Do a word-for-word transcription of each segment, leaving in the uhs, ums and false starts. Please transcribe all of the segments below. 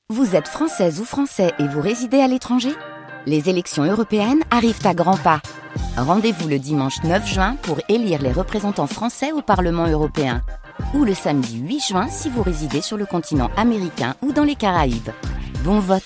Vous êtes française ou français et vous résidez à l'étranger ? Les élections européennes arrivent à grands pas. Rendez-vous le dimanche neuf juin pour élire les représentants français au Parlement européen. Ou le samedi huit juin si vous résidez sur le continent américain ou dans les Caraïbes. Bon vote!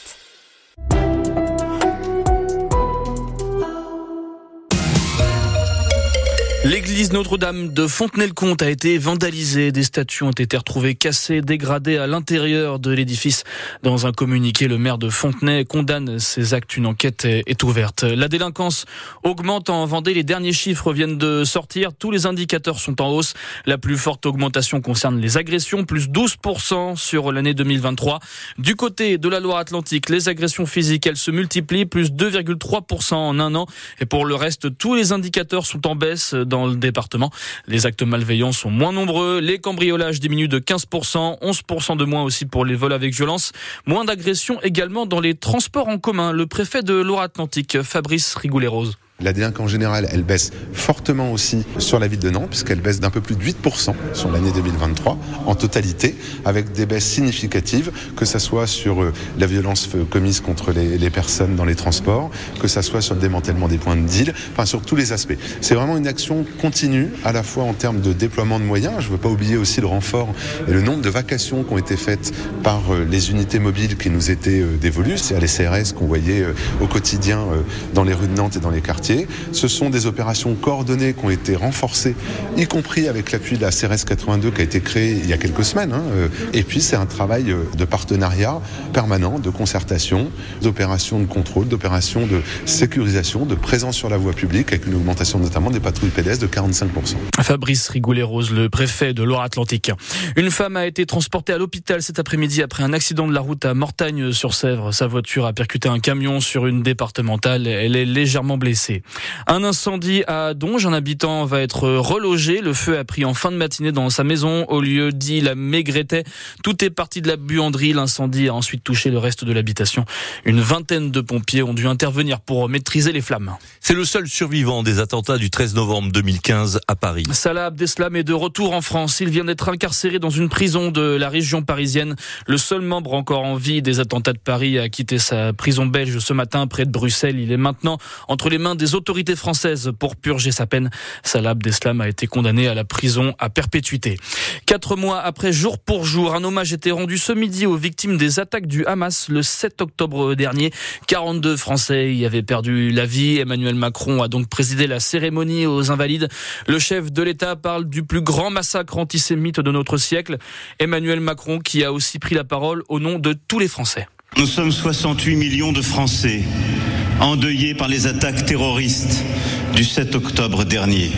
L'église Notre-Dame de Fontenay-le-Comte a été vandalisée. Des statues ont été retrouvées cassées, dégradées à l'intérieur de l'édifice. Dans un communiqué, le maire de Fontenay condamne ces actes. Une enquête est ouverte. La délinquance augmente en Vendée. Les derniers chiffres viennent de sortir. Tous les indicateurs sont en hausse. La plus forte augmentation concerne les agressions, plus douze pour cent sur l'année deux mille vingt-trois. Du côté de la Loire-Atlantique, les agressions physiques, elles se multiplient, plus deux virgule trois pour cent en un an. Et pour le reste, tous les indicateurs sont en baisse dans le département. Les actes malveillants sont moins nombreux. Les cambriolages diminuent de quinze pour cent, onze pour cent de moins aussi pour les vols avec violence. Moins d'agressions également dans les transports en commun. Le préfet de Loire-Atlantique, Fabrice Rigoulet-Rose. La délinquance générale, elle baisse fortement aussi sur la ville de Nantes, puisqu'elle baisse d'un peu plus de huit pour cent sur l'année deux mille vingt-trois, en totalité, avec des baisses significatives, que ça soit sur la violence commise contre les, les personnes dans les transports, que ça soit sur le démantèlement des points de deal, enfin sur tous les aspects. C'est vraiment une action continue, à la fois en termes de déploiement de moyens. Je ne veux pas oublier aussi le renfort et le nombre de vacations qui ont été faites par les unités mobiles qui nous étaient dévolues. C'est à les C R S qu'on voyait au quotidien dans les rues de Nantes et dans les quartiers. Ce sont des opérations coordonnées qui ont été renforcées, y compris avec l'appui de la C R S quatre-vingt-deux qui a été créée il y a quelques semaines. Hein. Et puis c'est un travail de partenariat permanent, de concertation, d'opérations de contrôle, d'opérations de sécurisation, de présence sur la voie publique, avec une augmentation notamment des patrouilles pédestres de quarante-cinq pour cent. Fabrice Rigoulet-Rose, le préfet de Loire-Atlantique. Une femme a été transportée à l'hôpital cet après-midi après un accident de la route à Mortagne-sur-Sèvre. Sa voiture a percuté un camion sur une départementale. Elle est légèrement blessée. Un incendie à Donge, un habitant va être relogé. Le feu a pris en fin de matinée dans sa maison au lieu dit la Maigretais. Tout est parti de la buanderie. L'incendie a ensuite touché le reste de l'habitation. Une vingtaine de pompiers ont dû intervenir pour maîtriser les flammes. C'est le seul survivant des attentats du treize novembre deux mille quinze à Paris. Salah Abdeslam est de retour en France. Il vient d'être incarcéré dans une prison de la région parisienne. Le seul membre encore en vie des attentats de Paris a quitté sa prison belge ce matin près de Bruxelles. Il est maintenant entre les mains des autorités françaises pour purger sa peine. Salah Abdeslam a été condamné à la prison à perpétuité. Quatre mois après, jour pour jour, un hommage était rendu ce midi aux victimes des attaques du Hamas le sept octobre dernier. quarante-deux Français y avaient perdu la vie. Emmanuel Macron a donc présidé la cérémonie aux Invalides. Le chef de l'État parle du plus grand massacre antisémite de notre siècle. Emmanuel Macron qui a aussi pris la parole au nom de tous les Français. Nous sommes soixante-huit millions de Français endeuillés par les attaques terroristes du sept octobre dernier.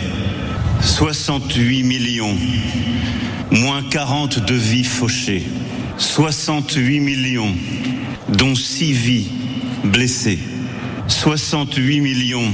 soixante-huit millions, moins quarante de vies fauchées. soixante-huit millions, dont six vies blessées. soixante-huit millions,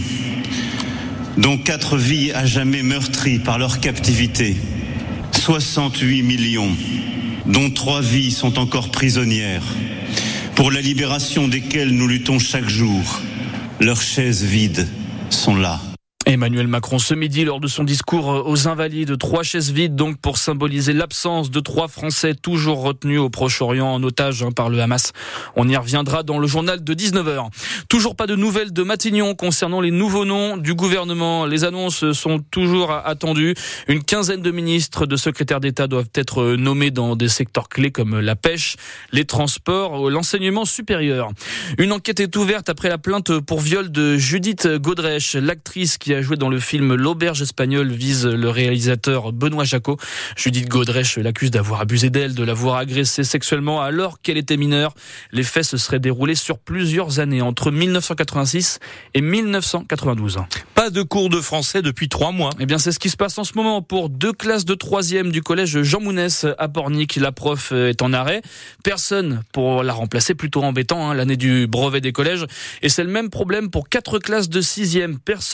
dont quatre vies à jamais meurtries par leur captivité. soixante-huit millions, dont trois vies sont encore prisonnières, pour la libération desquelles nous luttons chaque jour. Leurs chaises vides sont là. Emmanuel Macron ce midi lors de son discours aux Invalides, trois chaises vides donc pour symboliser l'absence de trois Français toujours retenus au Proche-Orient en otage hein, par le Hamas. On y reviendra dans le journal de dix-neuf heures. Toujours pas de nouvelles de Matignon concernant les nouveaux noms du gouvernement. Les annonces sont toujours attendues. Une quinzaine de ministres, de secrétaires d'État doivent être nommés dans des secteurs clés comme la pêche, les transports, l'enseignement supérieur. Une enquête est ouverte après la plainte pour viol de Judith Godrèche, l'actrice qui a joué dans le film L'Auberge espagnole vise le réalisateur Benoît Jacot. Judith Godrèche l'accuse d'avoir abusé d'elle, de l'avoir agressée sexuellement alors qu'elle était mineure. Les faits se seraient déroulés sur plusieurs années, entre mille neuf cent quatre-vingt-six et mille neuf cent quatre-vingt-douze. Pas de cours de français depuis trois mois. Eh bien, c'est ce qui se passe en ce moment pour deux classes de troisième du collège Jean Mounès à Pornic. La prof est en arrêt. Personne pour la remplacer, plutôt embêtant, hein, l'année du brevet des collèges. Et c'est le même problème pour quatre classes de sixième. Personne pour assurer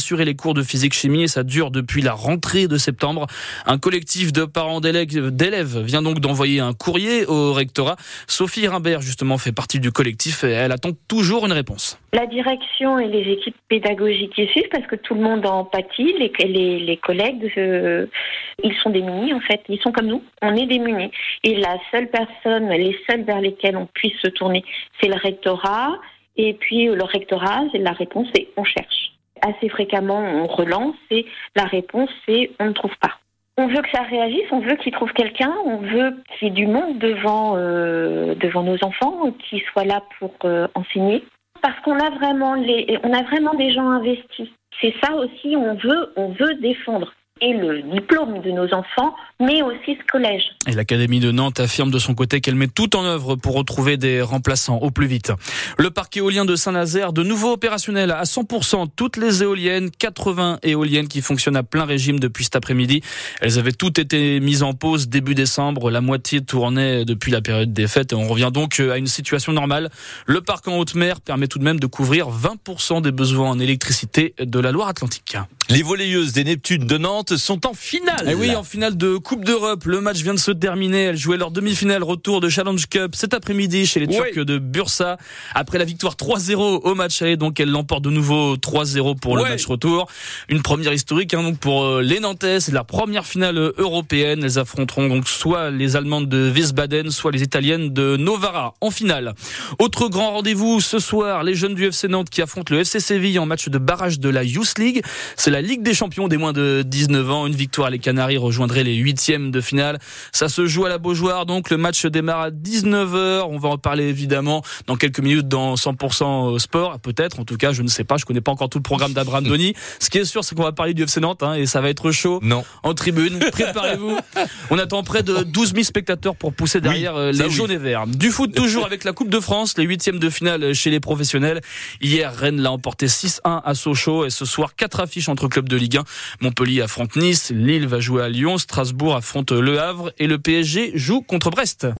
assurer les cours de physique-chimie et ça dure depuis la rentrée de septembre. Un collectif de parents d'élèves vient donc d'envoyer un courrier au rectorat. Sophie Rimbert, justement, fait partie du collectif et elle attend toujours une réponse. La direction et les équipes pédagogiques y suivent parce que tout le monde en pâtit. Les, les, les collègues, euh, ils sont démunis en fait. Ils sont comme nous, on est démunis. Et la seule personne, les seuls vers lesquels on puisse se tourner, c'est le rectorat. Et puis le rectorat, la réponse c'est on cherche. Assez fréquemment, on relance et la réponse c'est on ne trouve pas. On veut que ça réagisse, on veut qu'ils trouvent quelqu'un, on veut qu'il y ait du monde devant euh, devant nos enfants, qui soient là pour euh, enseigner, parce qu'on a vraiment les, on a vraiment des gens investis. C'est ça aussi, on veut, on veut défendre. Et le diplôme de nos enfants, mais aussi ce collège. Et l'Académie de Nantes affirme de son côté qu'elle met tout en œuvre pour retrouver des remplaçants au plus vite. Le parc éolien de Saint-Nazaire, de nouveau opérationnel à cent pour cent. Toutes les éoliennes, quatre-vingts éoliennes qui fonctionnent à plein régime depuis cet après-midi. Elles avaient toutes été mises en pause début décembre. La moitié tournait depuis la période des fêtes et on revient donc à une situation normale. Le parc en haute mer permet tout de même de couvrir vingt pour cent des besoins en électricité de la Loire-Atlantique. Les volleyeuses des Neptunes de Nantes sont en finale. Et oui, en finale de Coupe d'Europe. Le match vient de se terminer. Elles jouaient leur demi-finale retour de Challenge Cup cet après-midi chez les Turcs oui. de Bursa. Après la victoire trois zéro au match aller, donc elles l'emportent de nouveau trois zéro pour ouais. le match retour. Une première historique hein, donc pour les Nantais. C'est la première finale européenne. Elles affronteront donc soit les Allemandes de Wiesbaden, soit les Italiennes de Novara en finale. Autre grand rendez-vous ce soir, les jeunes du F C Nantes qui affrontent le F C Séville en match de barrage de la Youth League. C'est la Ligue des champions des moins de dix-neuf ans. Une victoire, les Canaries rejoindraient les huitièmes de finale. Ça se joue à la Beaujoire, donc le match démarre à dix-neuf heures. On va en parler évidemment dans quelques minutes dans cent pour cent sport. Peut-être, en tout cas, je ne sais pas. Je connais pas encore tout le programme d'Abraham Denis. Ce qui est sûr, c'est qu'on va parler du F C Nantes hein, et ça va être chaud. Non. En tribune. Préparez-vous. On attend près de douze mille spectateurs pour pousser derrière oui, les jaunes oui. et verts. Du foot toujours avec la Coupe de France, les huitièmes de finale chez les professionnels. Hier, Rennes l'a emporté six un à Sochaux et ce soir, quatre affiches entre clubs de Ligue un. Montpellier affronte Nice, Lille va jouer à Lyon, Strasbourg affronte Le Havre et le P S G joue contre Brest.